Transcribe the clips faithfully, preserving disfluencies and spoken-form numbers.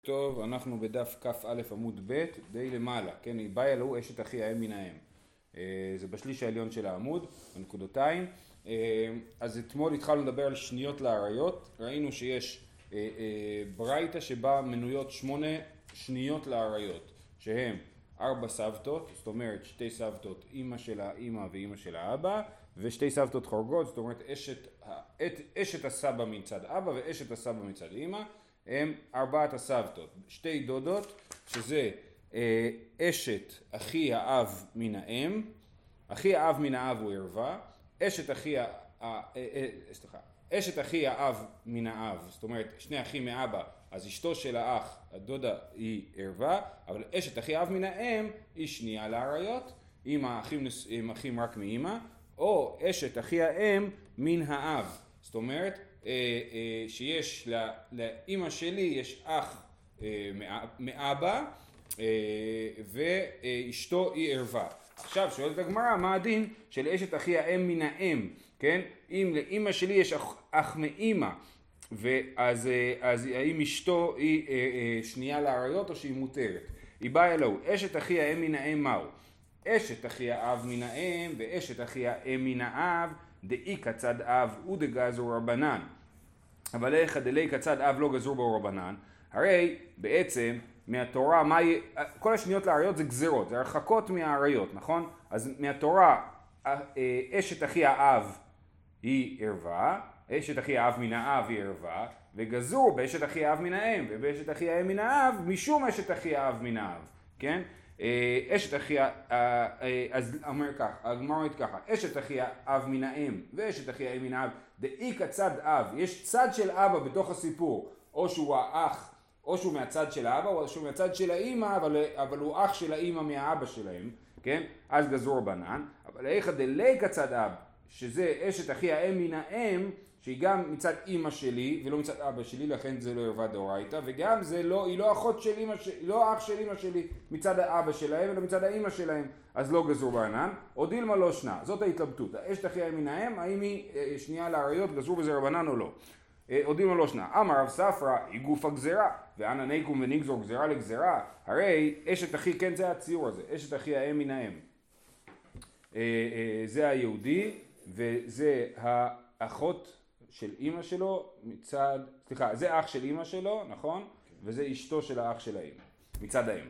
טוב, אנחנו בדף כ"א עמוד ב' די למעלה, כן, באי אלוהו אשת אחי האם מן האם. זה בשליש העליון של העמוד, בנקודותיים. אז אתמול התחלנו לדבר על שניות לעריות, ראינו שיש ברייתא שבה מנויות שמונה שניות לעריות, שהם ארבע סבתות, זאת אומרת שתי סבתות, אמא של האמא ואמא של האבא, ושתי סבתות חורגות, זאת אומרת אשת, אשת הסבא מצד אבא ואשת הסבא מצד אמא, הם ארבעת הסבתות, שתי דודות, שזה אה, אשת אחי האב מן האם, אחי האב מן האב הוא ערווה, אשת אחי, ה... אה, אה, סליחה, אשת אחי האב מן האב, זאת אומרת שני אחים מאבא, אז אשתו של האח, הדודה היא ערווה, אבל אשת אחי האב מן האם היא שנייה לעריות, עם האחים, עם אחים רק מאמא, או אשת אחי האם מן האב, זאת אומרת, שיש לאמא שלי יש אח מאבא ואשתו היא ערווה. עכשיו שואלת הגמרא מה הדין של אשת אחי האם מן האם, כן? אם לאמא שלי יש אח, אח מאמא, ואז אז האם אשתו היא שנייה לעריות או שהיא מותרת? היא באה אלוהו, אשת אחי האם מן האם מהו? אשת אחי האב מן האם ואשת אחי האם מן האב דאי כצד אב ודגזור רבנן. אבל איך דלי כצד אב לא גזור בו רבנן? הרי בעצם מהתורה, מה, כל השניות לעריות זה גזירות, זה הרחקות מהעריות, נכון? אז מהתורה אשת אחי האב היא ערווה, אשת אחי האב מן האב היא ערווה, וגזור באשת אחי האב מן האם, ובאשת אחי האם מן האב משום אשת אחי האב מן האב, כן? אשת אחי, אז אומר כך, הגמרא אומרת ככה, אשת אחי האב מן האם ואשת אחי האם מן האב, דאי כצד אב, יש צד של אבא בתוך הסיפור, או שהוא האח, או שהוא מהצד של האבא, או שהוא מהצד של האמא, אבל, אבל הוא אח של האמא מהאבא שלהם, כן? אז גזור בנן, אבל איך דלי כצד אב, שזה אשת אחי האם מן האם, שהיא גם מצד אמא שלי ולא מצד אבא שלי, לכן זה לא ערווה דאורייתא, וגם זה לא, היא לא אחות של אמא שלי, לא אח של אמא שלי מצד האבא שלהם ולא מצד האמא שלהם, אז לא גזור בענן, או דילמה לא שנה, זאת ההתלבטות, אשת אחי האם מן האם, האם היא שנייה לעריות, גזור בזה רבנן או לא, או דילמה לא שנה, אמר רב ספרא, היא גוף הגזירה, ואנה ניקום ונגזור גזירה לגזירה, הרי אשת אחי, כן זה הציור הזה, אשת אחי האם מן האם, זה היהודי, וזה האחות של אמא שלו מצד, סליחה, זה אח של אמא שלו, נכון? וזה אשתו של האח של האמא, מצד האם.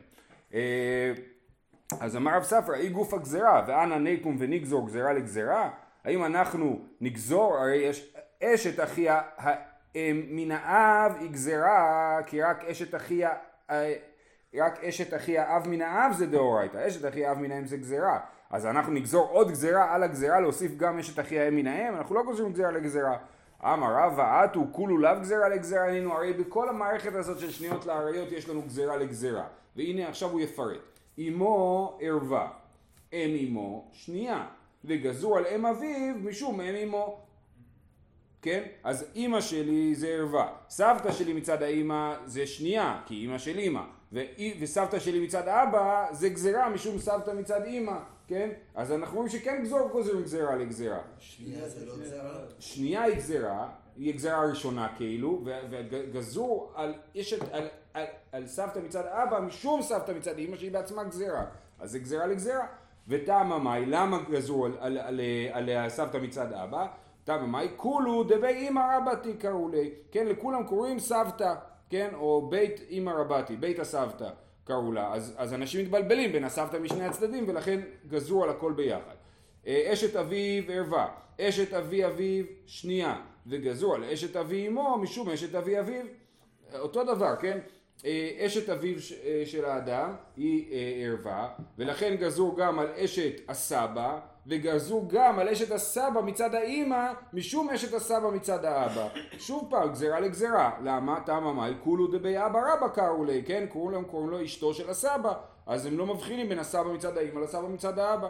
אז אמר רב ספרא, היא גוף הגזירה, ואנה ניקום ונגזור גזירה לגזירה, האם אנחנו נגזור, הרי יש אשת אחי האם מן האב היא גזירה, כי רק אשת אחי, רק אשת אחי האב מן האב זה דאורייתא, אשת אחי האב מן האם זה גזירה, אז אנחנו נגזור עוד גזירה על הגזירה, להוסיף גם אשת אחי האם מן האם, אנחנו לא גוזרים גזירה לגזירה. אמר רבא אתו כולו לאו גזירה לגזירה, עלינו, הרי בכל המערכת הזאת של שניות לעריות יש לנו גזירה לגזירה, והנה עכשיו הוא יפרט. אמו ערווה, אם אמו שנייה, וגזור על אם אביו משום אם אמו, כן? אז אמא שלי זה ערווה, סבתא שלי מצד האמא זה שנייה, כי אמא של אמא, וסבתא שלי מצד אבא זה גזירה משום סבתא מצד אמא, כן? אז אנחנו רואים שכן גזור גוזרים גזירה לגזירה. שנייה זה לא גזירה? שנייה היא גזירה, היא גזירה ראשונה כאילו, וגזור על, אשת, על, על, על סבתא מצד אבא משום סבתא מצד אמא שהיא בעצמה גזירה. אז זה גזירה לגזירה. וטעמה מאי, למה גזרו על, על, על, על, על סבתא מצד אבא? טעמה מאי, כולו דבי אמא רבתי קראו לי, כן? לכולם קוראים סבתא, כן? או בית אמא רבתי, בית הסבתא. קראו לה, אז, אז אנשים מתבלבלים בין הסבתא משני הצדדים ולכן גזרו על הכל ביחד. אשת אביו ערווה, אשת אבי אביו שנייה, וגזרו על אשת אבי אמו משום אשת אבי אביו, אותו דבר, כן? אשת אביו של האדם היא ערווה, ולכן גזרו גם על אשת הסבא, וגזרו גם על אשת הסבא מצד האמא משום אשת הסבא מצד האבא. שוב פעם גזירה לגזירה. למה? טעמה מאי כולו דבי אבא רבא קראו לי, כן? כולם קוראים לו אשתו של הסבא, אז הם לא מבחינים בין הסבא מצד האמא לסבא מצד האבא.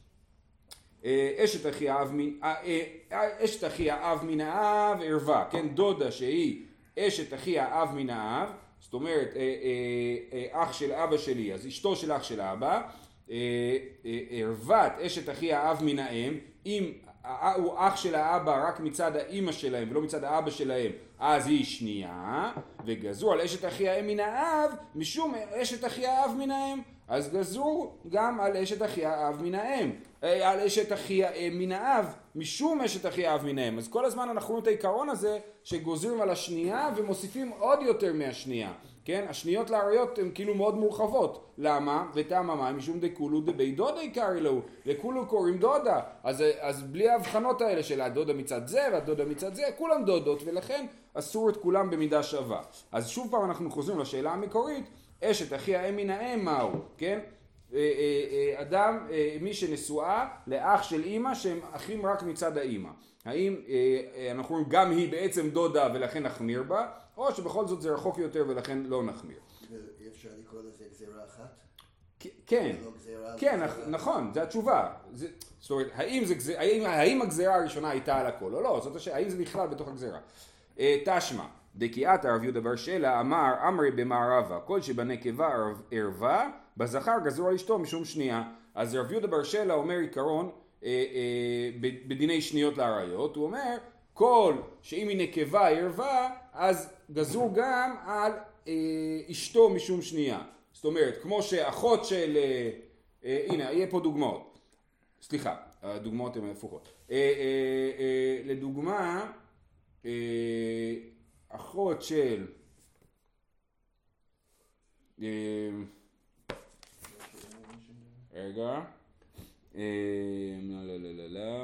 אשת אחי האב מן אשת אחי האב מן האב ערווה, כן? דודה שהיא אשת אחי האב מן האב, זאת אומרת אח של אבא שלי, אז אשתו של אח של אבא, ערוות אשת אחי האב מן האם, אם הוא אח של האבא רק מצד האמא שלהם ולא מצד האבא שלהם, אז היא שנייה, וגזור על אשת אחי האם מן האב משום אשת אחי האב מן האם, אז גזור גם על אשת אחי האב מן האם, על אשת אחי האם מן האב משום אשת אחי האב מן האם. אז כל הזמן אנחנו רואים את העיקרון הזה שגוזרים על השנייה ומוסיפים עוד יותר מהשנייה, כן? השניות לעריות הן כאילו מאוד מורחבות. למה? וטעם המים משום דכולו דבי דודה יקרי לו, לכולו קוראים דודה. אז, אז בלי ההבחנות האלה של הדודה מצד זה והדודה מצד זה, כולם דודות, ולכן אסור את כולם במידה שווה. אז שוב פעם אנחנו חוזרים לשאלה המקורית, אשת אחי האם מן האם מהו, כן? אדם, מי שנשואה לאח של אמא שהם אחים רק מצד האמא. האם אנחנו רואים גם היא בעצם דודה ולכן נחמיר בה, או שבכל זאת זה רחוק יותר ולכן לא נחמיר. אפשר לקרוא לזה גזירה אחת? כן, כן, נכון, זו התשובה. זאת אומרת, האם הגזירה הראשונה הייתה על הכל או לא, זאת השאלה, האם זה נכלל בתוך הגזירה. תשמע, דקיאת רב יהודה בר שלה אמר אמרי במערבה, כל שבנקבה ערווה, בזכר גזרו על אשתו משום שנייה. אז רב יהודה בר שלה אומר עיקרון אה, אה, בדיני שניות לעריות, הוא אומר כל שאם היא נקבה ערווה אז גזרו גם על אה, אשתו משום שנייה. זאת אומרת כמו שאחות של אה, אה, הנה יהיה פה דוגמאות, סליחה הדוגמאות הן הפוכות, אה, אה, אה, לדוגמה אה, אחות של אה, רגע לא לא לא לא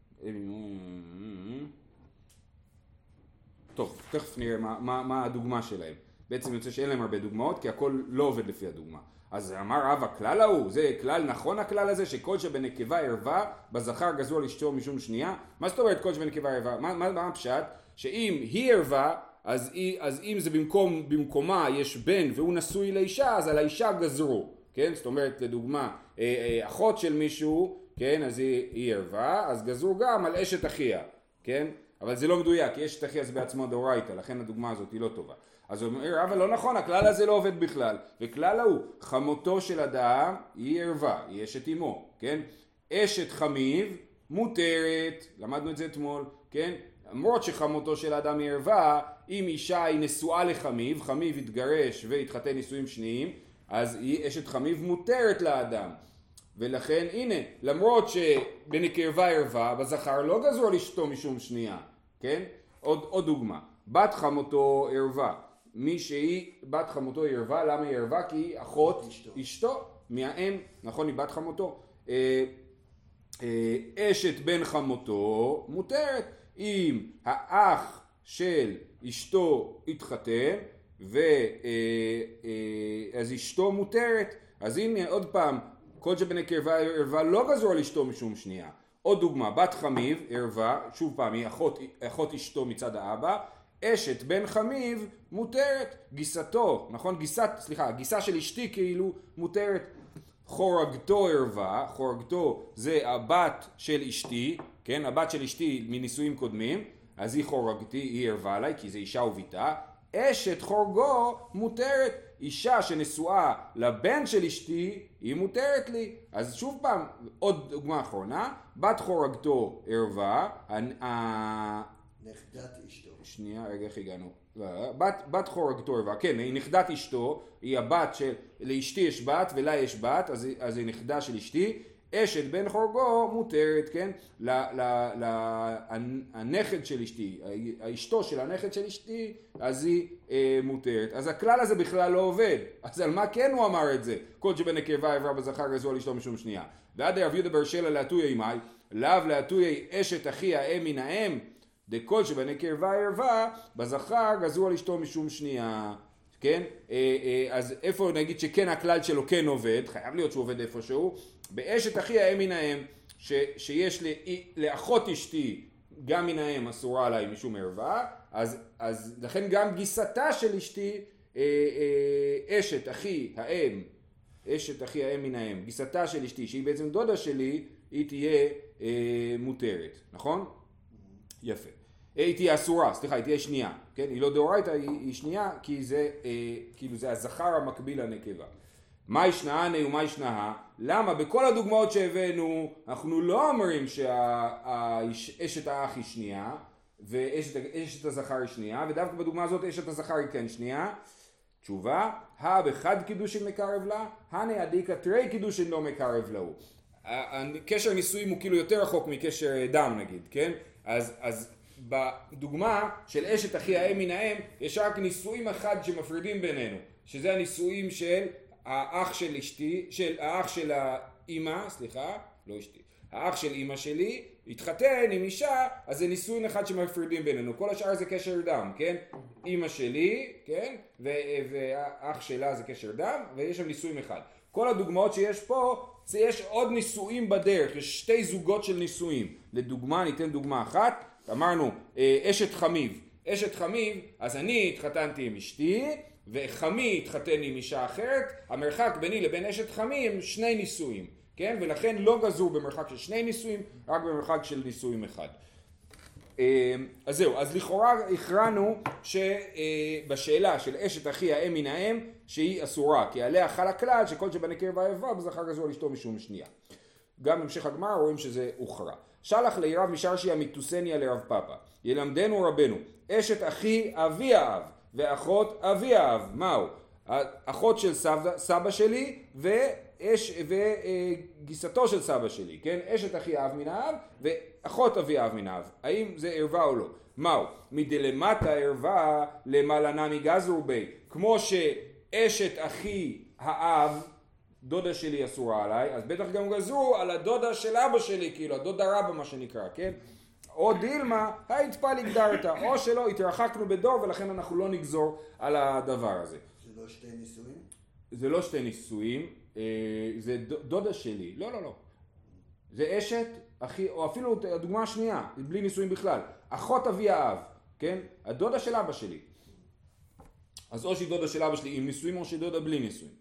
טוב, תכף נראה מה, מה, מה הדוגמה שלהם. בעצם יוצא שאין להם הרבה דוגמאות כי הכל לא עובד לפי הדוגמה. אז אמר רב הכלל ההוא, זה כלל נכון הכלל הזה שכל שבנקבה ערווה בזכר גזרו על אשתו משום שנייה? מה זאת אומרת כל שבנקבה ערווה? מה, מה, מה הפשט? שאם היא ערווה אז, אז אם זה במקום, במקומה יש בן והוא נשוי לאישה אז על האישה גזרו. כן? זאת אומרת, לדוגמה, אחות של מישהו, כן? אז היא, היא ערווה, אז גזרו גם על אשת אחיה, כן? אבל זה לא מדויק, כי אשת אחיה זה בעצמו דאורייתא, לכן הדוגמה הזאת היא לא טובה. אז הוא אומר, אבל לא נכון, הכלל הזה לא עובד בכלל. וכלל ההוא, חמותו של אדם היא ערווה, היא אשת אמו, כן? אשת חמיב מותרת, למדנו את זה אתמול, כן? למרות שחמותו של האדם היא ערווה, אם אישה היא נשואה לחמיב, חמיב התגרש והתחתן נישואים שניים, אז היא אשת חמיב מותרת לאדם. ולכן הנה, למרות שבנקבה ערווה, בזכר לא גזרו על אשתו משום שנייה, כן? עוד, עוד דוגמה, בת חמותו ערווה, מי שהיא בת חמותו ערווה, למה היא ערווה? כי היא אחות אשתו, אשתו מהאם, נכון, היא בת חמותו. אה, אה, אשת בן חמותו מותרת, אם האח של אשתו התחתן, ואז אשתו מותרת, אז הנה עוד פעם, כל שבנקבה ערווה לא גזרו על אשתו משום שנייה. עוד דוגמה, בת חמיב ערווה, שוב פעם היא אחות, אחות אשתו מצד האבא, אשת בן חמיב מותרת, גיסתו, נכון? גיסת, סליחה, גיסה של אשתי כאילו מותרת. חורגתו ערווה, חורגתו זה הבת של אשתי, כן? הבת של אשתי מנישואים קודמים, אז היא חורגתי, היא ערווה עליי כי זה אישה וביתה. אשת חורגו מותרת, אישה שנשואה לבן של אשתי היא מותרת לי. אז שוב פעם, עוד דוגמה אחרונה, בת חורגתו ערווה, נכדת אשתו. שנייה, רגע איך הגענו? בת, בת חורגתו ערווה, כן, היא נכדת אשתו, היא הבת של, לאשתי יש בת ולה יש בת, אז, אז היא נכדה של אשתי. אשת בן חורגו מותרת, כן? ל, ל, ל, הנכד של אשתי, האשתו של הנכד של אשתי, אז היא אה, מותרת. אז הכלל הזה בכלל לא עובד. אז על מה כן הוא אמר את זה? כל שבנקבה ערווה בזכר גזרו על אשתו משום שנייה. ועד רב יהודה בר שלה להטויה עמי, לאו להטויה אשת אחי האם מן האם, דכל שבנקבה ערווה בזכר גזרו על אשתו משום שנייה. כן? אז איפה נגיד שכן הכלל שלו כן עובד, חייב להיות שהוא עובד איפשהו, באשת אחי האם מן האם, ש, שיש לאחות אשתי גם מן האם אסורה עליי משום ערווה, אז, אז לכן גם גיסתה של אשתי, אשת אחי האם, אשת אחי האם מן האם, גיסתה של אשתי שהיא בעצם דודה שלי, היא תהיה מותרת, נכון? יפה. היא תהיה אסורה, סליחה, היא תהיה שנייה, כן? היא לא דאורייתא, היא, היא שנייה, כי זה, אה, כאילו זה הזכר המקביל לנקבה. מה ישנעני ומה ישנעה? למה בכל הדוגמאות שהבאנו אנחנו לא אומרים שאשת האח היא שנייה ואשת הזכר היא שנייה, ודווקא בדוגמה הזאת אשת הזכר היא כן שנייה? תשובה, הא בחד קידושין מקרב לה, הנה עדיקה תרי קידושין לא מקרב לו. הקשר נישואים הוא כאילו יותר רחוק מקשר דם נגיד, כן? אז, אז בדוגמה של אשת אחי האם מן האם יש רק נישואים אחד שמפרידים בינינו, שזה הנישואים של האח של אשתי, של האח של האמא, סליחה, לא אשתי, האח של אמא שלי התחתן עם אישה, אז זה נישואין אחד שמפרידים בינינו, כל השאר זה קשר דם, כן? אמא שלי, כן? והאח שלה זה קשר דם, ויש שם נישואין אחד. כל הדוגמאות שיש פה, זה יש עוד נישואים בדרך, יש שתי זוגות של נישואים. לדוגמה, ניתן דוגמה אחת, אמרנו, אשת חמיב. אשת חמיב, אז אני התחתנתי עם אשתי, וחמי התחתן עם אישה אחרת, המרחק ביני לבין אשת חמים שני נישואים, כן? ולכן לא גזור במרחק של שני נישואים, רק במרחק של נישואים אחד. אז זהו, אז לכאורה הכרענו שבשאלה של אשת אחי האם מן האם שהיא אסורה, כי עליה חל הכלל שכל שבנקר והאיבה בזכר גזור לאשתו משום שנייה. גם המשך הגמרא רואים שזה הוכרע. שלח לרב משרשיה מתוסניה לרב פאפא, ילמדנו רבנו, אשת אחי אבי האב ואחות אבי האב, מהו? אחות של סבא, סבא שלי ואש, וגיסתו של סבא שלי, כן? אשת אחי אב מן האב ואחות אבי אב מן האב, האם זה ערווה או לא? מהו? מדלמטה ערווה למעלה נמי גזרו בי, כמו שאשת אחי האב, דודה שלי אסורה עליי, אז בטח גם גזרו על הדודה של אבא שלי, כאילו הדודה רבא מה שנקרא, כן? או דילמה, היצפה לגדרת, או שלא, התרחקנו בדור ולכן אנחנו לא נגזור על הדבר הזה. זה לא שתי נישואים? זה לא שתי נישואים, זה דודה שלי, לא לא לא. זה אשת, אחי, או אפילו הדוגמה השנייה, בלי נישואים בכלל, אחות אבי האב, כן? הדודה של אבא שלי. אז או שהיא דודה של אבא שלי עם נישואים או שהיא דודה בלי נישואים.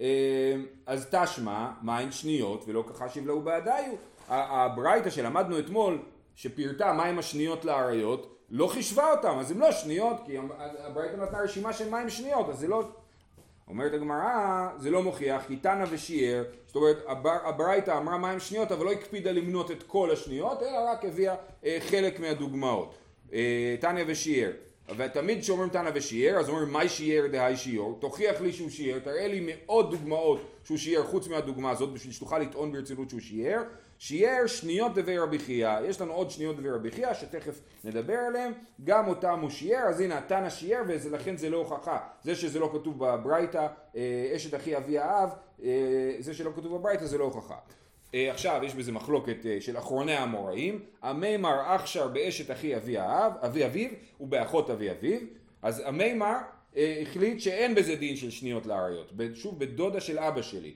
אז תשמע, מים שניות ולא כחשיב לו בעדיו. הברייתא שלמדנו אתמול, שפירטה מים השניות לעריות, לא חישבה אותם, אז הם לא שניות, כי הברייתא נתנה רשימה של מים שניות, אז זה לא... אומרת הגמרא, זה לא מוכיח, כי תנא ושיער, זאת אומרת, הברייתא אמרה מים שניות, אבל לא הקפידה למנות את כל השניות, אלא רק הביאה אה, חלק מהדוגמאות. אה, תנא ושיער. ותמיד כשאומרים תנא ושיער, אז אומרים, מי שיער דהי שיעור, תוכיח לי שהוא שיער, תראה לי מאות דוגמאות שהוא שיער חוץ מהדוגמה הזאת, בשביל שתוכל לטעון ברצינות שהוא שיער. שיער שניות דבי רבי חייא, יש לנו עוד שניות דבי רבי חייא שתכף נדבר עליהם, גם אותם הוא שיער, אז הנה תנא שיער ולכן זה לא הוכחה, זה שזה לא כתוב בברייתא, אשת אחי אבי האב, זה שלא כתוב בברייתא זה לא הוכחה. עכשיו יש בזה מחלוקת של אחרוני האמוראים, המימר אכשר באשת אחי אבי האב, אבי אביו ובאחות אבי אביו, אז המימר החליט שאין בזה דין של שניות לעריות, שוב בדודה של אבא שלי.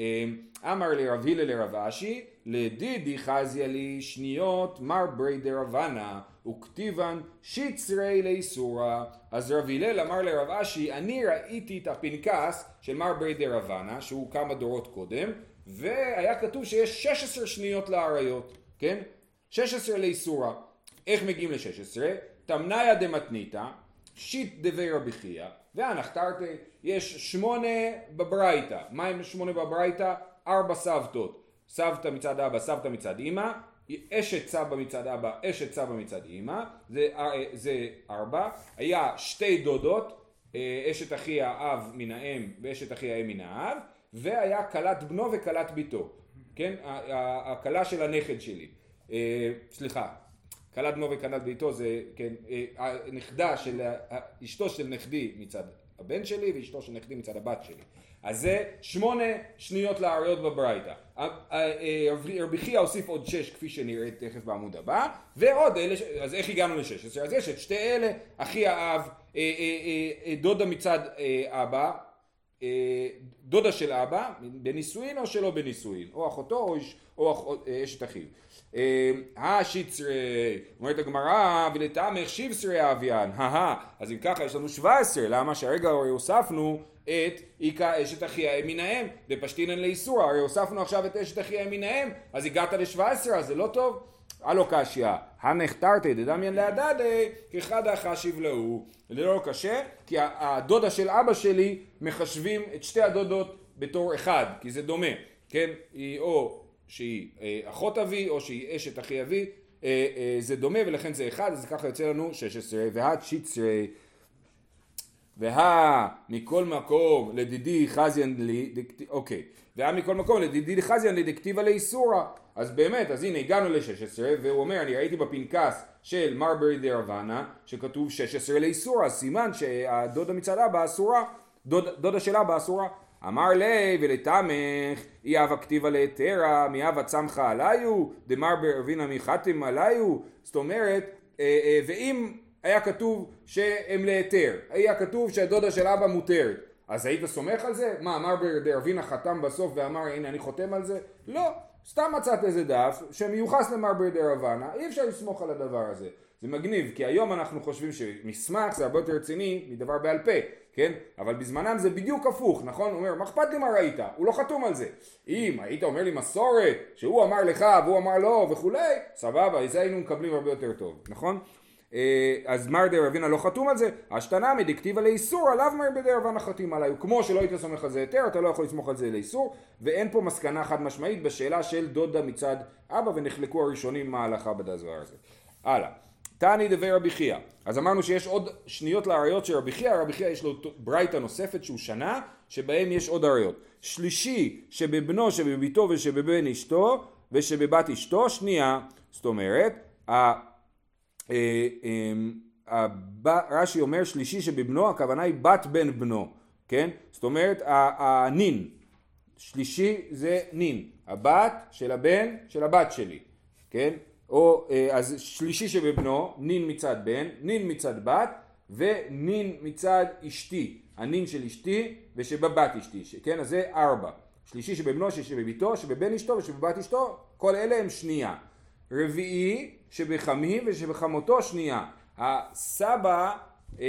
אמר לרב הלל לרב אשי, לדידי חזיה לי שניות מר ברי דרבנה וכתיבן שיצרי לאיסורה. אז רב הלל אמר לרב אשי, אני ראיתי את הפנקס של מר ברי דרבנה שהוא כמה דורות קודם, והיה כתוב שיש שש עשרה שניות לעריות, כן? שש עשרה לאיסורה. איך מגיעים ל-שש עשרה? תמניה דמתניתא, שיט דבי רבי חייא, והנחתרתי, יש שמונה בברייתא. מה עם שמונה בברייתא? ארבע סבתות. סבתא מצד אבא, סבתא מצד אמא, אשת סבא מצד אבא, אשת סבא מצד אמא, זה, זה ארבע. היה שתי דודות, אשת אחי האב מן האם ואשת אחי האם מן האב, והיה כלת בנו וכלת ביתו, כן? הכלה של הנכד שלי. סליחה. כלת בנו וכלת ביתו זה, כן, הנכדה של, אשתו של נכדי מצד הבן שלי ואשתו של נכדי מצד הבת שלי. אז זה שמונה שניות לעריות בברייתא. רבי חייא הוסיף עוד שש כפי שנראה תכף בעמוד הבא, ועוד אלה, אז איך הגענו לשש עשרה? אז יש את שתי אלה, אחי האב, דודה מצד אבא, דודה של אבא, בנישואין או שלא בנישואין, או אחותו או אשת אחיו. השיצרי, אומרת הגמרא, ולתאמך שבעשרה אביאן, אז אם ככה יש לנו שבע עשרה, למה שהרגע הרי הוספנו את איקה אשת אחי האם מן האם, דפשטינן לאיסור, הרי הוספנו עכשיו את אשת אחי האם מן האם, אז הגעת ל-שבע עשרה, אז זה לא טוב? הלא קשיא, הנחתרתי דדמיין להדדי, כחדה חשיב להוא. זה לא קשה, כי הדודה של אבא שלי מחשבים את שתי הדודות בתור אחד, כי זה דומה, כן? היא או שהיא אחות אבי או שהיא אשת אחי אבי, זה דומה ולכן זה אחד, אז ככה יוצא לנו שש עשרה, והתשיעשרה, והה מכל מקום לדידי חזיין לי, אוקיי, והה מכל מקום לדידי חזיין לי דכתיבה לאיסורה, אז באמת, אז הנה הגענו ל-שש עשרה, והוא אומר, אני ראיתי בפנקס של מרברי דה רבנה, שכתוב שש עשרה לאיסורה, סימן שהדודה מצד אבא אסורה, דוד, דודה שלה באסורה. אמר לי ולתמך, אי אהבה כתיבה להתרה, מי אהבה צמחה עליו, דמר ברבינה מי חתם עליו, זאת אומרת, ואם היה כתוב שהם להתר, היה כתוב שהדודה של אבא מותרת, אז היית סומך על זה? מה, אמר ברבינה חתם בסוף ואמר הנה אני חותם על זה? לא, סתם מצאת איזה דף שמיוחס למר ברבינה, אי אפשר לסמוך על הדבר הזה. זה מגניב, כי היום אנחנו חושבים שמסמך זה הרבה יותר רציני מדבר בעל פה, כן? אבל בזמנם זה בדיוק הפוך, נכון? הוא אומר, מה אכפת לי מה ראית? הוא לא חתום על זה. אם היית אומר לי מסורת, שהוא אמר לך והוא אמר לא וכולי, סבבה, זה היינו מקבלים הרבה יותר טוב, נכון? אז מר דה רבינה לא חתום על זה, השתנה מדכתיבה לאיסור, עליו מר דה רבינה חתים עליו, כמו שלא היית סומך על זה יותר, אתה לא יכול לסמוך על זה לאיסור, ואין פה מסקנה חד משמעית בשאלה של דודה מצד אבא, ונחלקו הראשונים מה ההלכה בדבר הזה. הלאה. תני דבי רבי חייא, אז אמרנו שיש עוד שניות לעריות של רבי חייא, רבי חייא יש לו ברייתא נוספת שהוא שנה, שבהם יש עוד עריות. שלישי שבבנו שבביתו ושבבן אשתו ושבבת אשתו, שנייה, זאת אומרת, רש"י אומר שלישי שבבנו, הכוונה היא בת בן בנו, כן? זאת אומרת, הנין, שלישי זה נין, הבת של הבן של הבת שלי, כן? או אז שלישי שבבנו, נין מצד בן, נין מצד בת ונין מצד אשתי, הנין של אשתי ושבבת אשתי, כן? אז זה ארבע, שלישי שבבנו, שבביתו, שבבן אשתו ושבבת אשתו, כל אלה הם שנייה. רביעי שבחמי ושבחמותו שנייה. הסבא, אה,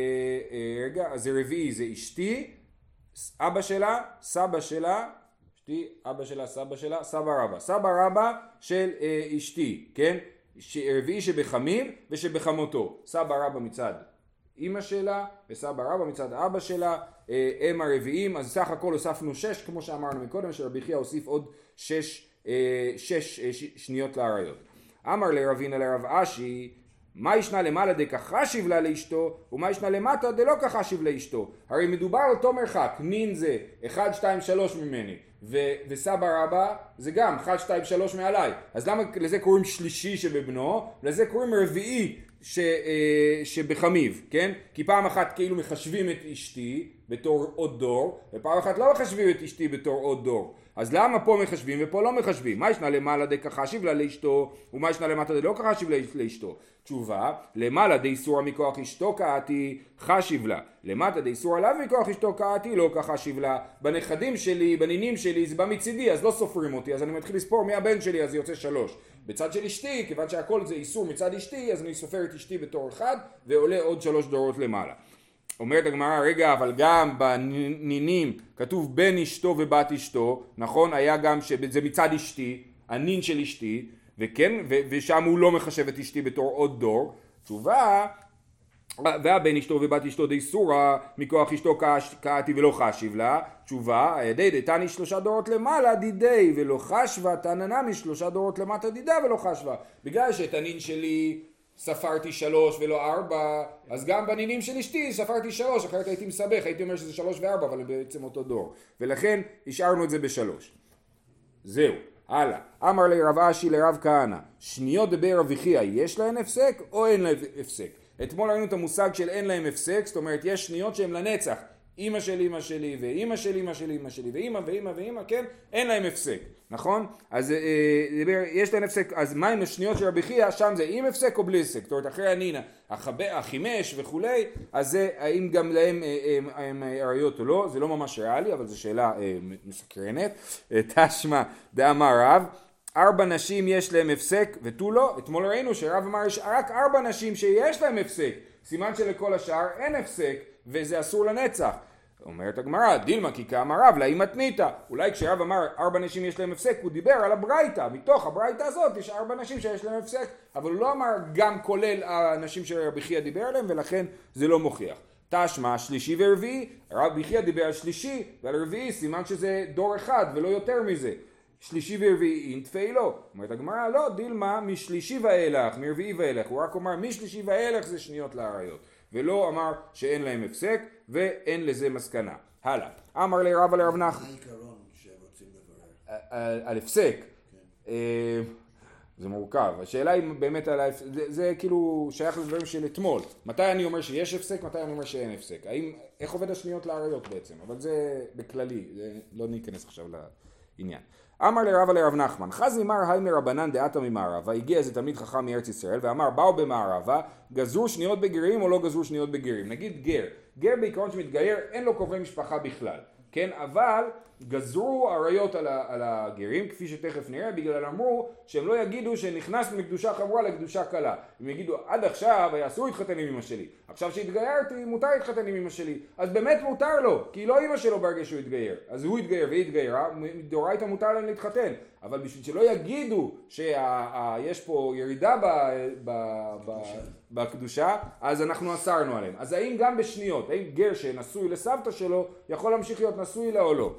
אה, רגע, אז זה רביעי, זה אשתי, אבא שלה, סבא שלה, אשתי, אבא שלה, סבא שלה, סבא רבא. סבא רבא של אה, אשתי, כן? ש... רביעי שבחמיו ושבחמותו. סבא רבא מצד אמא שלה וסבא רבא מצד אבא שלה, אה, הם הרביעים, אז סך הכל הוספנו שש, כמו שאמרנו מקודם, שרבי חייא הוסיף עוד שש, אה, שש אה, ש... שניות לעריות. אמר לרבינה לרב אשי, מה ישנה למעלה דכך חשיב לה לאשתו, ומה ישנה למטה דלא כך חשיב לאשתו. הרי מדובר על אותו מרחק, נין זה אחד, שתיים, שלוש ממני, ו- וסבא רבא זה גם אחד, שתיים, שלוש מעליי. אז למה לזה קוראים שלישי שבבנו, לזה קוראים רביעי ש- אה, שבחמיו, כן? כי פעם אחת כאילו מחשבים את אשתי בתור עוד דור, ופעם אחת לא מחשבים את אשתי בתור עוד דור. אז למה פה מחשבים ופה לא מחשבים? מה ישנה למעלה דכך חשיב לה לאשתו, ומה ישנה למטה דלא כך חשיב לאשתו? תשובה, למעלה דאיסורה מכוח אשתו קעתי חשיב לה, למטה דאיסורה עליו מכוח אשתו קעתי לא כך חשיב לה. בנכדים שלי, בנינים שלי, זה בא מצידי, אז לא סופרים אותי, אז אני מתחיל לספור מהבן שלי, אז זה יוצא שלוש. בצד של אשתי, כיוון שהכל זה איסור מצד אשתי, אז אני סופר את אשתי בתור אחד, ועולה עוד שלוש דורות למעלה. אומרת הגמרא, רגע, אבל גם בנינים כתוב בן אשתו ובת אשתו, נכון? היה גם שזה מצד אשתי, הנין של אשתי, וכן, ו- ושם הוא לא מחשב את אשתי בתור עוד דור. תשובה, והבן אשתו ובת אשתו די סורה, מכוח אשתו קעתי ולא חשיב לה. תשובה, הידי דתני שלושה דורות למעלה דידי ולא חשבה, תננה משלושה דורות למטה דידה ולא חשבה. בגלל שאת הנין שלי ספרתי שלוש ולא ארבע, אז גם בנינים של אשתי ספרתי שלוש, אחרת הייתי מסבך, הייתי אומר שזה שלוש וארבע, אבל בעצם אותו דור. ולכן השארנו את זה בשלוש. זהו, הלאה. אמר לי רב אשי לרב כהנא, שניות דבר רבי חייא, יש להן הפסק או אין להן הפסק? אתמול ראינו את המושג של אין להם הפסק, זאת אומרת יש שניות שהן לנצח. אמא שלי, אמא שלי, ואמא שלי, אמא שלי, אמא שלי, ואמא, ואמא, ואמא, כן? אין להם הפסק, נכון? אז אה, יש להם הפסק, אז מה עם השניות של רבי חייא? שם זה עם הפסק או בלי הפסק? זאת אומרת, אחרי הנינה, החימש וכולי, אז זה, האם גם להם הם עריות או לא? זה לא ממש ריאלי, אבל זו שאלה אה, מסקרנת. תשמע, דאמר רב, ארבע נשים יש להם הפסק ותו לא. אתמול ראינו שרב אמר יש רק ארבע נשים שיש להם הפסק, סימן שלכל השאר אין הפסק, וזה אסור לנצח. אומרת הגמרא, דילמה כי כאמר רב, לאי מתניתא. אולי כשרב אמר ארבע נשים יש להם הפסק, הוא דיבר על הברייתא, מתוך הברייתא הזאת יש ארבע נשים שיש להם הפסק, אבל הוא לא אמר גם כולל הנשים שרבי חייא דיבר עליהם, ולכן זה לא מוכיח. תשמע שלישי ורביעי, רבי חייא דיבר על שלישי ועל רביעי, סימן שזה דור אחד ולא יותר מזה. שלישי ורביעי אין תפילו. אומרת הגמרא, לא, דילמה משלישי ואילך, מרביעי ואילך. הוא רק אומר משלישי ואילך זה שניות לעריות. ולא אמר שאין להם הפסק ואין לזה מסקנה. הלאה. אמר לי רבא לרב נחמן. מה העיקרון שרוצים לברר? על הפסק. זה מורכב. השאלה היא באמת על ההפסק. זה כאילו שייך לדברים של אתמול. מתי אני אומר שיש הפסק, מתי אני אומר שאין הפסק. האם, איך עובד השניות לעריות בעצם? אבל זה בכללי. לא ניכנס עכשיו לעניין. אמר לרבא לרב נחמן, חזי מר היי מרבנן דעתה ממערבה, הגיע איזה תלמיד חכם מארץ ישראל ואמר, באו במערבה, גזרו שניות בגרים או לא גזרו שניות בגרים? נגיד גר, גר בעיקרון שמתגייר אין לו קרובי משפחה בכלל, כן? אבל גזרו עריות על, על הגרים, כפי שתכף נראה, בגלל אמרו שהם לא יגידו שנכנסנו מקדושה חמורה לקדושה קלה. הם יגידו, עד עכשיו היה אסור להתחתן עם אמא שלי, עכשיו שהתגיירתי מותר להתחתן עם אמא שלי, אז באמת מותר לו, כי לא אמא שלו ברגע שהוא התגייר, אז הוא התגייר והיא התגיירה, דאורייתא מותר להם להתחתן, אבל בשביל שלא יגידו שיש פה ירידה ב, ב, ב, בקדושה, אז אנחנו אסרנו עליהם. אז האם גם בשניות, האם גר שנשוי לסבתא שלו יכול להמשיך להיות נשוי לה או לא?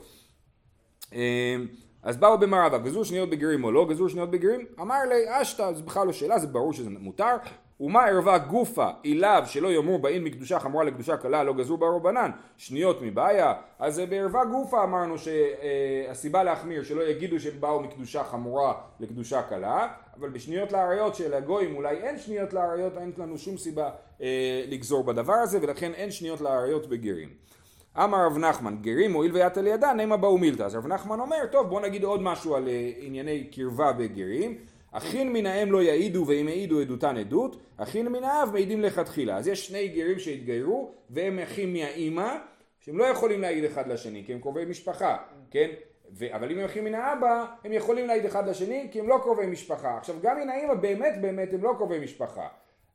אז באו במערבה, גזרו שניות בגרים או לא, גזרו שניות בגרים, אמר לי, אשתה, זה בכלל לא שאלה, זה ברור שזה מותר, ומה ערבה גופה אליו שלא יאמרו באין מקדושה חמורה לקדושה קלה, לא גזרו ברבנן, שניות מבעיה, אז בערבה גופה אמרנו שהסיבה להחמיר שלא יגידו שבאו מקדושה חמורה לקדושה קלה, אבל בשניות לעריות של הגויים אולי אין שניות לעריות, אין לנו שום סיבה לגזור בדבר הזה, ולכן אין שניות לעריות בגרים. אמר רב נחמן, גרים הואיל ויית על ידה, נעימה באו מילתא. אז רב נחמן אומר, טוב בוא נגיד עוד משהו על uh, ענייני קרבה בגרים. אחין מן האם לא יעידו ואם יעידו עדותן עדות, אחין מן האב מעידים לכתחילה. אז יש שני גרים שהתגיירו והם אחים מהאימא, שהם לא יכולים להעיד אחד לשני, כי הם קרובי משפחה, כן? ו- אבל אם הם אחים מן האבא, הם יכולים להעיד אחד לשני, כי הם לא קרובי משפחה. עכשיו גם מן האימא באמת באמת הם לא קרובי משפחה.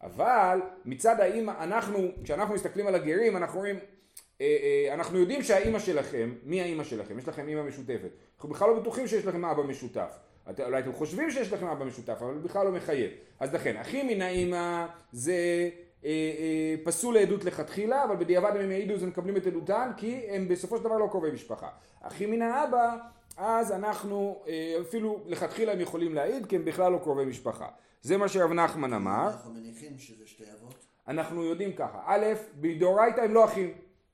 אבל מצד האימא, אנחנו, כשאנחנו מסתכלים על הגרים, אנחנו רואים, אנחנו יודעים שהאימא שלכם, מי האימא שלכם? יש לכם אימא משותפת. אנחנו בכלל לא בטוחים שיש לכם אבא משותף. אולי אתם חושבים שיש לכם אבא משותף, אבל בכלל לא מחייב. אז לכן, אחים מן האימא זה אה, אה, פסול לעדות לכתחילה, אבל בדיעבד הם יעידו, אז הם מקבלים את עדותן, כי הם בסופו של דבר לא קרובי משפחה. אחים מן האבא, אז אנחנו אה, אפילו לכתחילה הם יכולים להעיד, כי הם בכלל לא קרובי משפחה. זה מה שרב נחמן אמר. אנחנו מניחים שזה שתי אבות? אנחנו יודעים ככה. א', בדאורייתא הם לא אחים.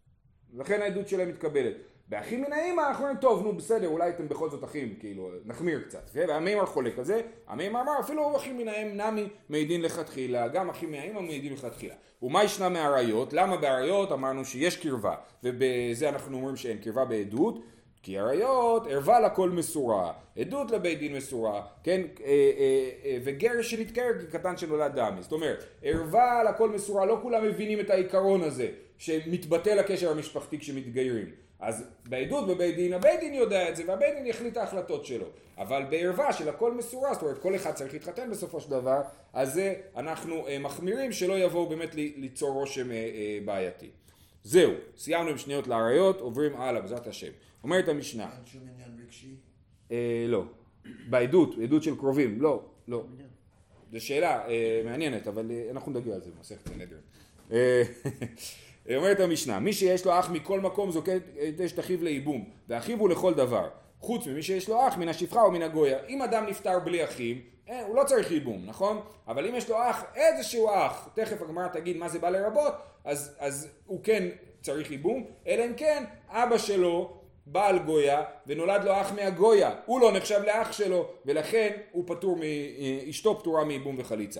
לכן העדות שלהם מתקבלת. באחים מן האמא אנחנו אומרים, טוב, נו בסדר, אולי אתם בכל זאת אחים, כאילו, נחמיר קצת. והמימר חולק על זה, המימר אמר, אפילו אחים מן האם נמי מעידין לכתחילה, גם אחים מהאמא מעידין לכתחילה. ומה ישנה מהעריות? למה בעריות אמרנו שיש קרבה, ובזה אנחנו אומרים שאין קרבה בעדות, כי עריות, ערבה לכל מסורה, עדות לבית דין מסורה, כן, אה, אה, אה, וגר שנתקרר כקטן שנולד דמי. זאת אומרת, ערבה לכל מסורה, לא כולם מבינים את העיקרון הזה, שמתבטל הקשר המשפחתי כשמתגיירים. אז בעדות בבית דין, הבית דין יודע את זה, והבית דין יחליט ההחלטות שלו. אבל בערבה של הכל מסורה, זאת אומרת, כל אחד צריך להתחתן בסופו של דבר, אז זה אנחנו אה, מחמירים שלא יבואו באמת ליצור רושם אה, אה, בעייתי. זהו, סיימנו עם שניות לעריות, עוברים הלאה, בעזרת השם. אומרת המשנה. אין שום עניין רגשי? אה, לא. בעדות, עדות של קרובים, לא, לא. זו שאלה אה, מעניינת, אבל אה, אנחנו נדבר על זה במסכת סנהדרין. אה, אומרת המשנה, מי שיש לו אח מכל מקום זוקק את אשת אחיו לייבום, ואחיו הוא לכל דבר, חוץ ממי שיש לו אח מן השפחה או מן הגויה. אם אדם נפטר בלי אחים, אה, הוא לא צריך ייבום, נכון? אבל אם יש לו אח, איזשהו אח, תכף הגמרא תגיד מה זה בא לרבות, אז, אז הוא כן צריך ייבום, אלא אם כן אבא שלו בעל גויה ונולד לו אח מהגויה, הוא לא נחשב לאח שלו, ולכן הוא פטור, אשתו פטורה מייבום וחליצה.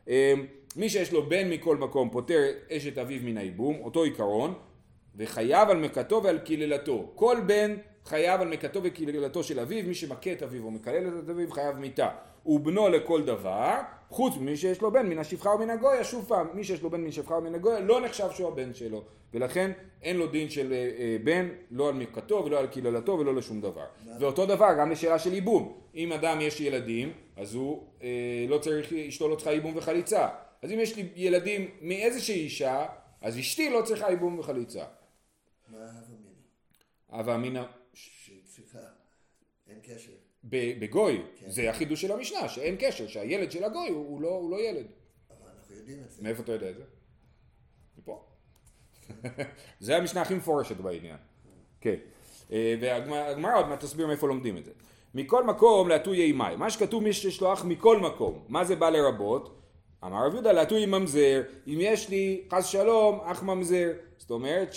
מי שיש לו בן מכל מקום פוטר אשת אביו מן הייבום, אותו עיקרון, וחייב על מקתו ועל קללתו. כל בן חייב על מקתו וקללתו של אביו, מי שמכה את אביו או מקלל את אביו חייב מיתה. ובנו לכל דבר, חוץ ממי שיש לו בן מן השפחה או מן הגויה, שוב פעם, מי שיש לו בן מן השפחה או מן הגויה לא נחשב שהוא הבן שלו, ולכן אין לו דין של אה, בן, לא על מקתו ולא על קללתו ולא לשום דבר. ואותו דבר גם לשאלה של ייבום. אם אדם יש ילדים, אז הוא אה, לא צריך, אשתו לא צריכה ייבום וחליצה. אז אם יש לי ילדים מאיזושהי אישה, אז אשתי לא צריכה ייבום וחליצה. מה הווה אמינא? הווה אמינא... שצריכה, אין קשר. בגוי, כן. זה החידוש של המשנה, שאין קשר, שהילד של הגוי הוא, הוא, לא, הוא לא ילד. אבל אנחנו יודעים את זה. מאיפה אתה יודע את זה? מפה. זה המשנה הכי מפורשת בעניין. כן. והגמרא עוד מעט תסביר מאיפה לומדים את זה. מכל מקום להטוי אימי. מה שכתוב מי שיש לו אח מכל מקום. מה זה בא לרבות? אמר רב יהודה להטוי ממזר. אם יש לי חס שלום אח ממזר. זאת אומרת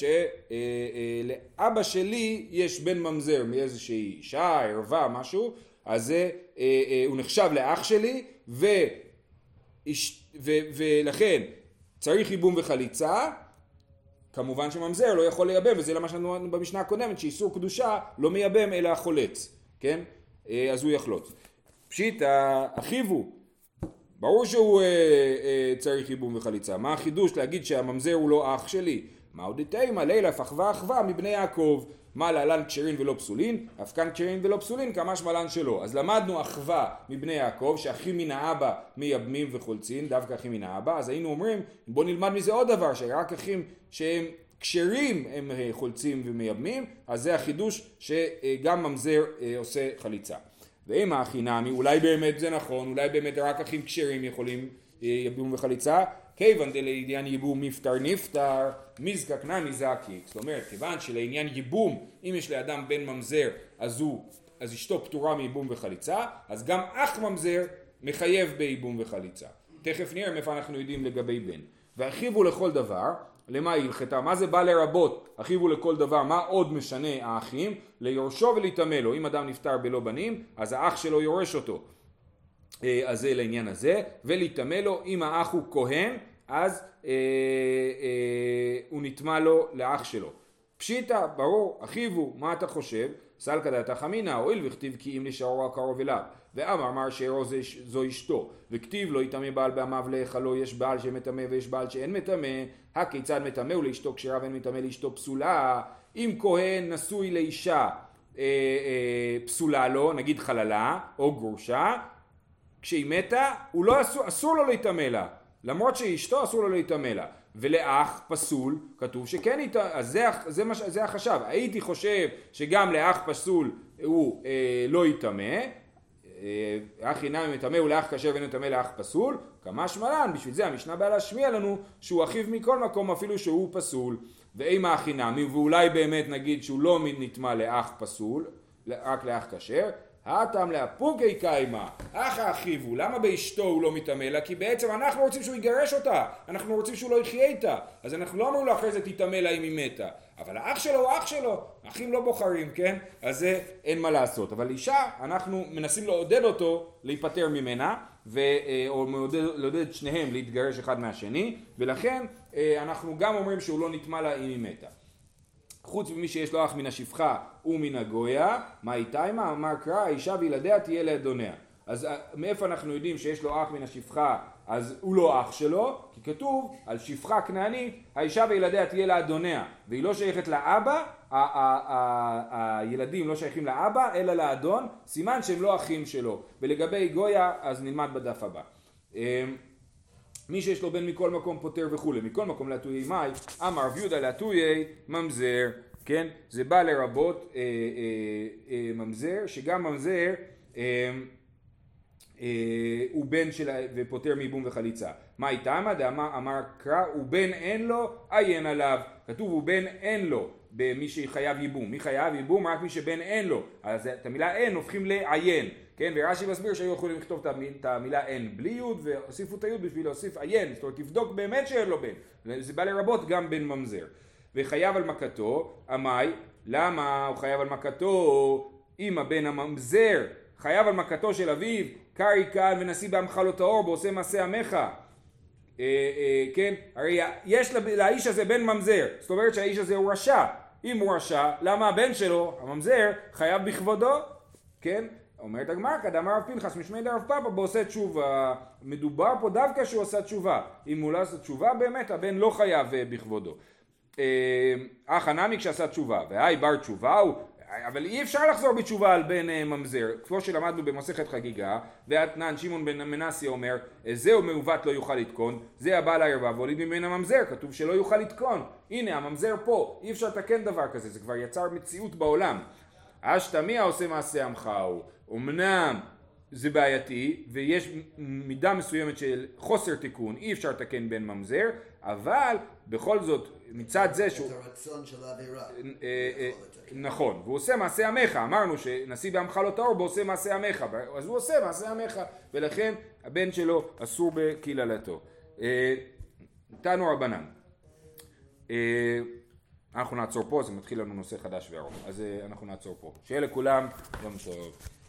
שלאבא שלי יש בן ממזר מאיזושהי אישה, ערווה, משהו. אז זה, הוא נחשב לאח שלי ו, ו, ולכן צריך ייבום וחליצה. כמובן שממזר לא יכול לייבם, וזה למה שאמרנו במשנה הקודמת, שאיסור קדושה לא מייבם אלא החולץ, כן? אז הוא יחלוץ. פשיט, אחיו הוא, ברור שהוא אה, אה, צריך ייבום וחליצה. מה החידוש להגיד שהממזר הוא לא אח שלי? מה עוד תימא לילף אחווה אחווה מבני יעקב. מה להלן כשרין ולא פסולין? אף כאן כשרין ולא פסולין, כמה מלן שלו. אז למדנו אחווה מבני יעקב, שאחים מן האבא מייבמים וחולצין, דווקא אחים מן האבא. אז היינו אומרים, בוא נלמד מזה עוד דבר, שרק אחים שהם כשרים הם חולצים ומייבמים, אז זה החידוש שגם ממזר עושה חליצה. ואם האחי נמי, אולי באמת זה נכון, אולי באמת רק אחים כשרים יכולים ייבום וחליצה, כיוון דלעניין ייבום מפטר נפטר, מזקק נמי זקי. זאת אומרת, כיוון שלעניין ייבום, אם יש לאדם בן ממזר, אז הוא, אז אשתו פטורה מייבום וחליצה, אז גם אח ממזר מחייב בייבום וחליצה. תכף נראה מאיפה אנחנו יודעים לגבי בן. ואחיו הוא לכל דבר, למה היא הלכתה? מה זה בא לרבות? אחיו הוא לכל דבר, מה עוד משנה האחים? ליורשו ולהתאמה לו. אם אדם נפטר בלא בנים, אז האח שלו יורש אותו. אז זה לעניין הזה, ולהתאמה לו, אם האח הוא כהן, אז אה, אה, הוא נטמע לו לאח שלו. פשיטה, ברור, אחיו הוא, מה אתה חושב? סלקא דעתך חמינא, הואיל וכתיב כי אם נשארו הקרוב אליו, ואמר אמר שערו זו אשתו, וכתיב לא יטמא בעל בעמיו להיכלו, יש בעל שמטמא ויש בעל שאין מטמא, הכיצד מטמא הוא לאשתו כשרה ואין מטמא לאשתו פסולה? אם כהן נשוי לאישה אה, אה, פסולה לו, נגיד חללה או גרושה, כשהיא מתה, הוא לא אסור, אסור לו להיטמא לה, למרות שאשתו אסור לו להיטמא לה. ולאח פסול כתוב שכן איתה, אז זה, זה, מה, זה החשב. הייתי חושב שגם לאח פסול הוא אה, לא יטמא, אה, אח אינם מטמא הוא לאח כשר ואין יטמא לאח פסול, כמה שמלן, בשביל זה המשנה באה להשמיע לנו שהוא אחיו מכל מקום אפילו שהוא פסול. ואם האח אינם, ואולי באמת נגיד שהוא לא נטמא לאח פסול, רק לאח כשר, הטעם לאפוקי קיימה, אח האחיו הוא, למה באשתו הוא לא מתאמה לה? כי בעצם אנחנו רוצים שהוא יגרש אותה, אנחנו רוצים שהוא לא יחיה איתה, אז אנחנו לא אמרו לו אחרי זה תתאמה לה אם היא מתה, אבל האח שלו הוא אח שלו, אחים לא בוחרים, כן? אז זה אין מה לעשות, אבל אישה, אנחנו מנסים לעודד אותו להיפטר ממנה, ו, או מעודד, לעודד את שניהם להתגרש אחד מהשני, ולכן אנחנו גם אומרים שהוא לא נטמא לה אם היא מתה. חוץ ממי שיש לו אח מן השפחה ומן הגויה, מה איתה? מה אמר קרא, האישה וילדיה תהיה לאדוניה. אז מאיפה אנחנו יודעים שיש לו אח מן השפחה, אז הוא לא אח שלו? כי כתוב על שפחה כנענית, האישה וילדיה תהיה לאדוניה, והיא לא שייכת לאבא, הילדים לא שייכים לאבא, אלא לאדון, סימן שהם לא אחים שלו. ולגבי גויה, אז נלמד בדף הבא. מי שיש לו בן מכל מקום פותר וכו', מכל מקום להטויי מאי, אמר רב יהודה להטויי ממזר, כן? זה בא לרבות אה, אה, אה, ממזר, שגם ממזר אה, אה, הוא בן של, ופותר מייבום וחליצה. מה איתמה? דאמר אמר קרא, ובן אין לו, עיין עליו. כתוב ובן אין לו, במי שחייב ייבום. מי חייב ייבום? רק מי שבן אין לו. אז את המילה אין הופכים לעיין. כן, ורש"י מסביר שהיו יכולים לכתוב את המילה אין בלי יוד, והוסיפו את היוד בשביל להוסיף עיין, זאת אומרת, תבדוק באמת שאין לו בן. זה בא לרבות גם בן ממזר. וחייב על מכתו, עמי, למה הוא חייב על מכתו? אם הבן הממזר חייב על מכתו של אביו, קרי כאן ונשיא בעמך לא טהור, ועושה מעשה עמך. אה, אה, כן, הרי יש לאיש הזה בן ממזר, זאת אומרת שהאיש הזה הוא רשע. אם הוא רשע, למה הבן שלו, הממזר, חייב בכבודו? כן? אומרת הגמרא, כדאמר רב פנחס משמי דרב פאפא בעושה תשובה. מדובר פה דווקא שהוא עושה תשובה. אם הוא לא עושה תשובה באמת הבן לא חייב בכבודו. אך הנמי כשעשה תשובה, והי בר תשובה הוא, אבל אי אפשר לחזור בתשובה על בן ממזר, כמו שלמדנו במסכת חגיגה, ואתנן שמעון בן מנסיה אומר, זהו מעוות לא יוכל לתקון, זה הבעל הערווה והוליד ממנו הממזר, כתוב שלא יוכל לתקון. הנה הממזר פה, אי אפשר לתקן דבר כזה, זה כבר יצר מציאות בעולם. אשתמיה עושה מעשה עמך הוא, אמנם זה בעייתי ויש מידה מסוימת של חוסר תיקון, אי אפשר לתקן בן ממזר, אבל בכל זאת מצד זה שהוא... את הרצון של העבירה. נכון, והוא עושה מעשה עמך, אמרנו שנשיא בעמך לא טהור, הוא עושה מעשה עמך, אז הוא עושה מעשה עמך, ולכן הבן שלו אסור בקללתו. תנו רבנן. אנחנו נעצור פה, זה מתחיל לנו נושא חדש וארוך, אז אנחנו נעצור פה. שיהיה לכולם יום טוב.